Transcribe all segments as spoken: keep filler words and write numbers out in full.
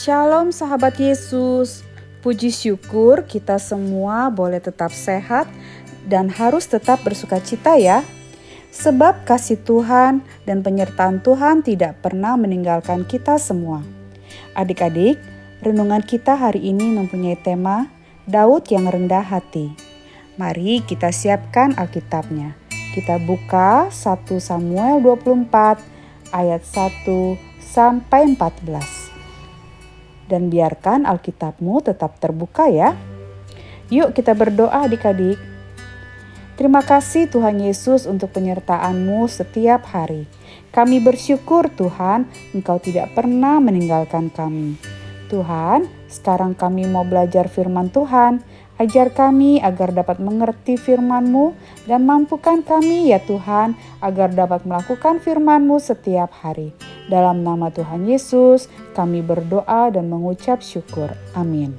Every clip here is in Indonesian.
Shalom sahabat Yesus, puji syukur kita semua boleh tetap sehat dan harus tetap bersukacita ya. Sebab kasih Tuhan dan penyertaan Tuhan tidak pernah meninggalkan kita semua. Adik-adik, renungan kita hari ini mempunyai tema Daud yang rendah hati. Mari kita siapkan Alkitabnya. Kita buka satu Samuel dua puluh empat ayat satu sampai empat belas. Dan biarkan Alkitabmu tetap terbuka ya. Yuk kita berdoa adik-adik. Terima kasih Tuhan Yesus untuk penyertaan-Mu setiap hari. Kami bersyukur Tuhan, Engkau tidak pernah meninggalkan kami. Tuhan, sekarang kami mau belajar firman Tuhan. Ajar kami agar dapat mengerti firman-Mu dan mampukan kami ya Tuhan agar dapat melakukan firman-Mu setiap hari. Dalam nama Tuhan Yesus, kami berdoa dan mengucap syukur. Amin.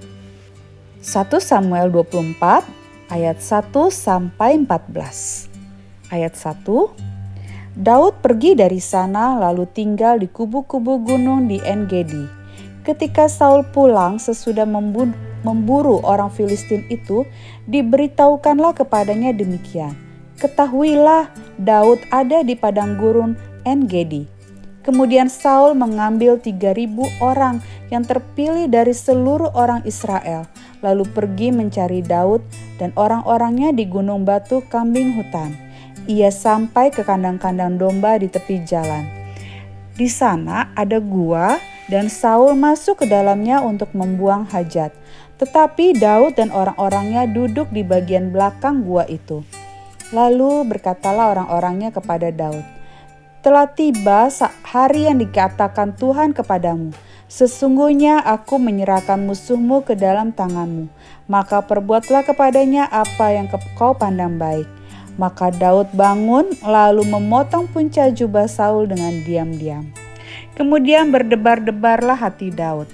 satu Samuel dua puluh empat ayat satu sampai empat belas. Ayat satu. Daud pergi dari sana lalu tinggal di kubu-kubu gunung di En-Gedi. Ketika Saul pulang sesudah membunuh memburu orang Filistin itu, diberitahukanlah kepadanya demikian. Ketahuilah, Daud ada di padang gurun En-Gedi. Kemudian Saul mengambil tiga ribu orang yang terpilih dari seluruh orang Israel, lalu pergi mencari Daud dan orang-orangnya di gunung batu kambing hutan. Ia sampai ke kandang-kandang domba di tepi jalan. Di sana ada gua dan Saul masuk ke dalamnya untuk membuang hajat. Tetapi Daud dan orang-orangnya duduk di bagian belakang gua itu. Lalu berkatalah orang-orangnya kepada Daud, "Telah tiba hari yang dikatakan Tuhan kepadamu. Sesungguhnya aku menyerahkan musuhmu ke dalam tanganmu. Maka perbuatlah kepadanya apa yang kau pandang baik." Maka Daud bangun lalu memotong punca jubah Saul dengan diam-diam. Kemudian berdebar-debarlah hati Daud,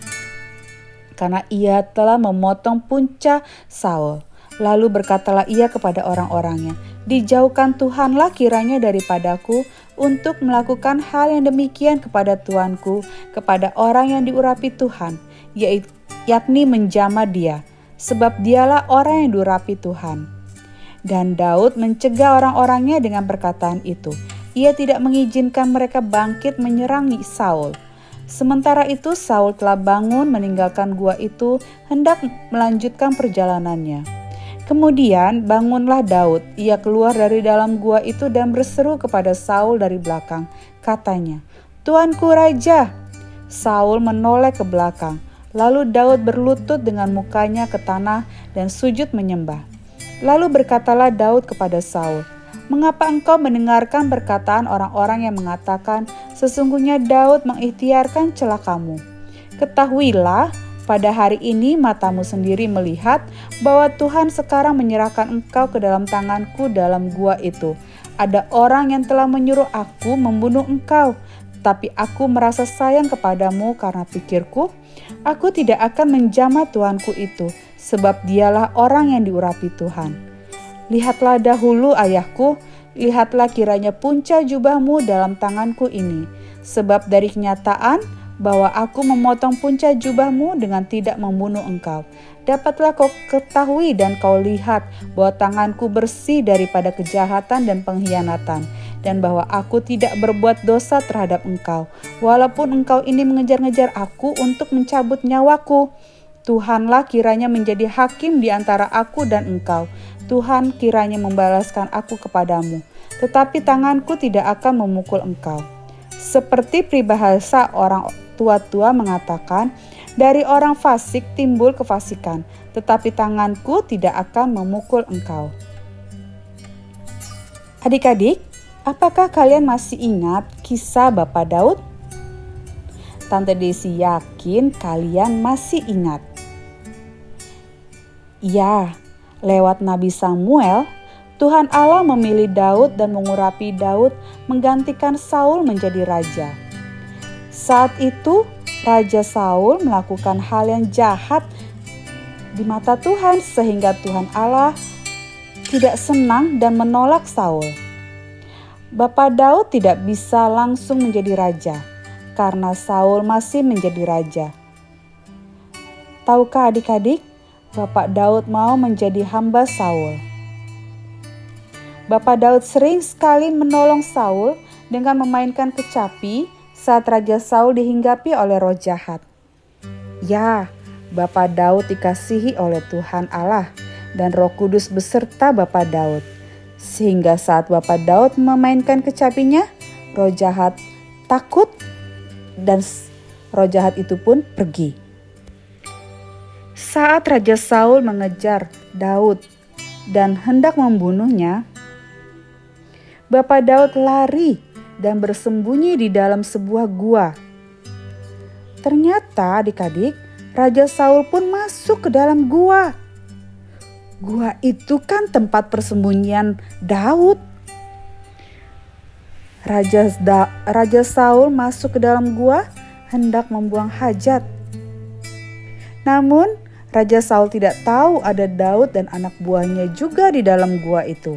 karena ia telah memotong punca Saul. Lalu berkatalah ia kepada orang-orangnya, "Dijauhkan Tuhanlah kiranya daripadaku untuk melakukan hal yang demikian kepada tuanku, kepada orang yang diurapi Tuhan, yakni menjamah dia, sebab dialah orang yang diurapi Tuhan." Dan Daud mencegah orang-orangnya dengan perkataan itu. Ia tidak mengizinkan mereka bangkit menyerang Saul. Sementara itu Saul telah bangun meninggalkan gua itu, hendak melanjutkan perjalanannya. Kemudian bangunlah Daud, ia keluar dari dalam gua itu dan berseru kepada Saul dari belakang. Katanya, "Tuanku Raja." Saul menoleh ke belakang. Lalu Daud berlutut dengan mukanya ke tanah dan sujud menyembah. Lalu berkatalah Daud kepada Saul, "Mengapa engkau mendengarkan perkataan orang-orang yang mengatakan, sesungguhnya Daud mengikhtiarkan celakamu? Ketahuilah, pada hari ini matamu sendiri melihat bahwa Tuhan sekarang menyerahkan engkau ke dalam tanganku dalam gua itu. Ada orang yang telah menyuruh aku membunuh engkau, tapi aku merasa sayang kepadamu karena pikirku, aku tidak akan menjamah tuanku itu, sebab dialah orang yang diurapi Tuhan. Lihatlah dahulu ayahku, lihatlah kiranya punca jubahmu dalam tanganku ini, sebab dari kenyataan bahwa aku memotong punca jubahmu dengan tidak membunuh engkau, dapatlah kau ketahui dan kau lihat bahwa tanganku bersih daripada kejahatan dan pengkhianatan, dan bahwa aku tidak berbuat dosa terhadap engkau, walaupun engkau ini mengejar-ngejar aku untuk mencabut nyawaku. Tuhanlah kiranya menjadi hakim di antara aku dan engkau. Tuhan kiranya membalaskan aku kepadamu, tetapi tanganku tidak akan memukul engkau." Seperti peribahasa orang tua-tua mengatakan, dari orang fasik timbul kefasikan, tetapi tanganku tidak akan memukul engkau. Adik-adik, apakah kalian masih ingat kisah Bapak Daud? Tante Desi yakin kalian masih ingat. Ya, lewat Nabi Samuel, Tuhan Allah memilih Daud dan mengurapi Daud menggantikan Saul menjadi raja. Saat itu, Raja Saul melakukan hal yang jahat di mata Tuhan sehingga Tuhan Allah tidak senang dan menolak Saul. Bapak Daud tidak bisa langsung menjadi raja karena Saul masih menjadi raja. Tahukah adik-adik, Bapak Daud mau menjadi hamba Saul. Bapak Daud sering sekali menolong Saul dengan memainkan kecapi saat Raja Saul dihinggapi oleh roh jahat. Ya, Bapak Daud dikasihi oleh Tuhan Allah dan Roh Kudus beserta Bapak Daud. Sehingga saat Bapak Daud memainkan kecapinya, roh jahat takut dan roh jahat itu pun pergi. Saat Raja Saul mengejar Daud dan hendak membunuhnya, Bapak Daud lari dan bersembunyi di dalam sebuah gua. Ternyata adik-adik, Raja Saul pun masuk ke dalam gua. Gua itu kan tempat persembunyian Daud. Raja, da, Raja Saul masuk ke dalam gua hendak membuang hajat. Namun, Raja Saul tidak tahu ada Daud dan anak buahnya juga di dalam gua itu.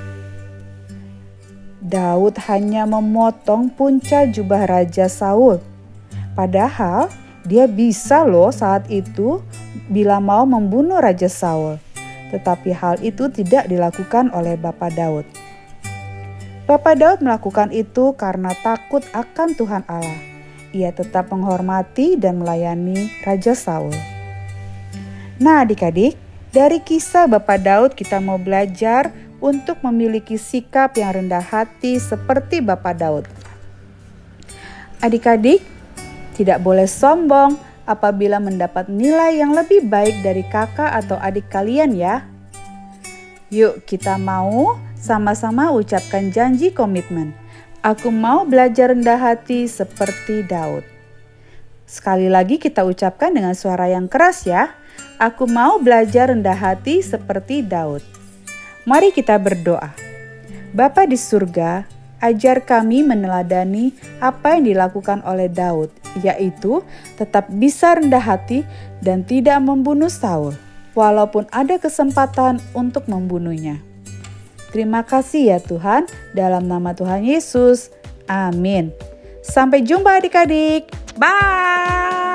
Daud hanya memotong punca jubah Raja Saul. Padahal dia bisa loh saat itu bila mau membunuh Raja Saul. Tetapi hal itu tidak dilakukan oleh Bapak Daud. Bapak Daud melakukan itu karena takut akan Tuhan Allah. Ia tetap menghormati dan melayani Raja Saul. Nah adik-adik, dari kisah Bapak Daud kita mau belajar untuk memiliki sikap yang rendah hati seperti Bapak Daud. Adik-adik, tidak boleh sombong apabila mendapat nilai yang lebih baik dari kakak atau adik kalian ya. Yuk kita mau sama-sama ucapkan janji komitmen. Aku mau belajar rendah hati seperti Daud. Sekali lagi kita ucapkan dengan suara yang keras ya. Aku mau belajar rendah hati seperti Daud. Mari kita berdoa. Bapa di surga, ajar kami meneladani apa yang dilakukan oleh Daud, yaitu tetap bisa rendah hati dan tidak membunuh Saul, walaupun ada kesempatan untuk membunuhnya. Terima kasih ya Tuhan, dalam nama Tuhan Yesus. Amin. Sampai jumpa adik-adik. Bye.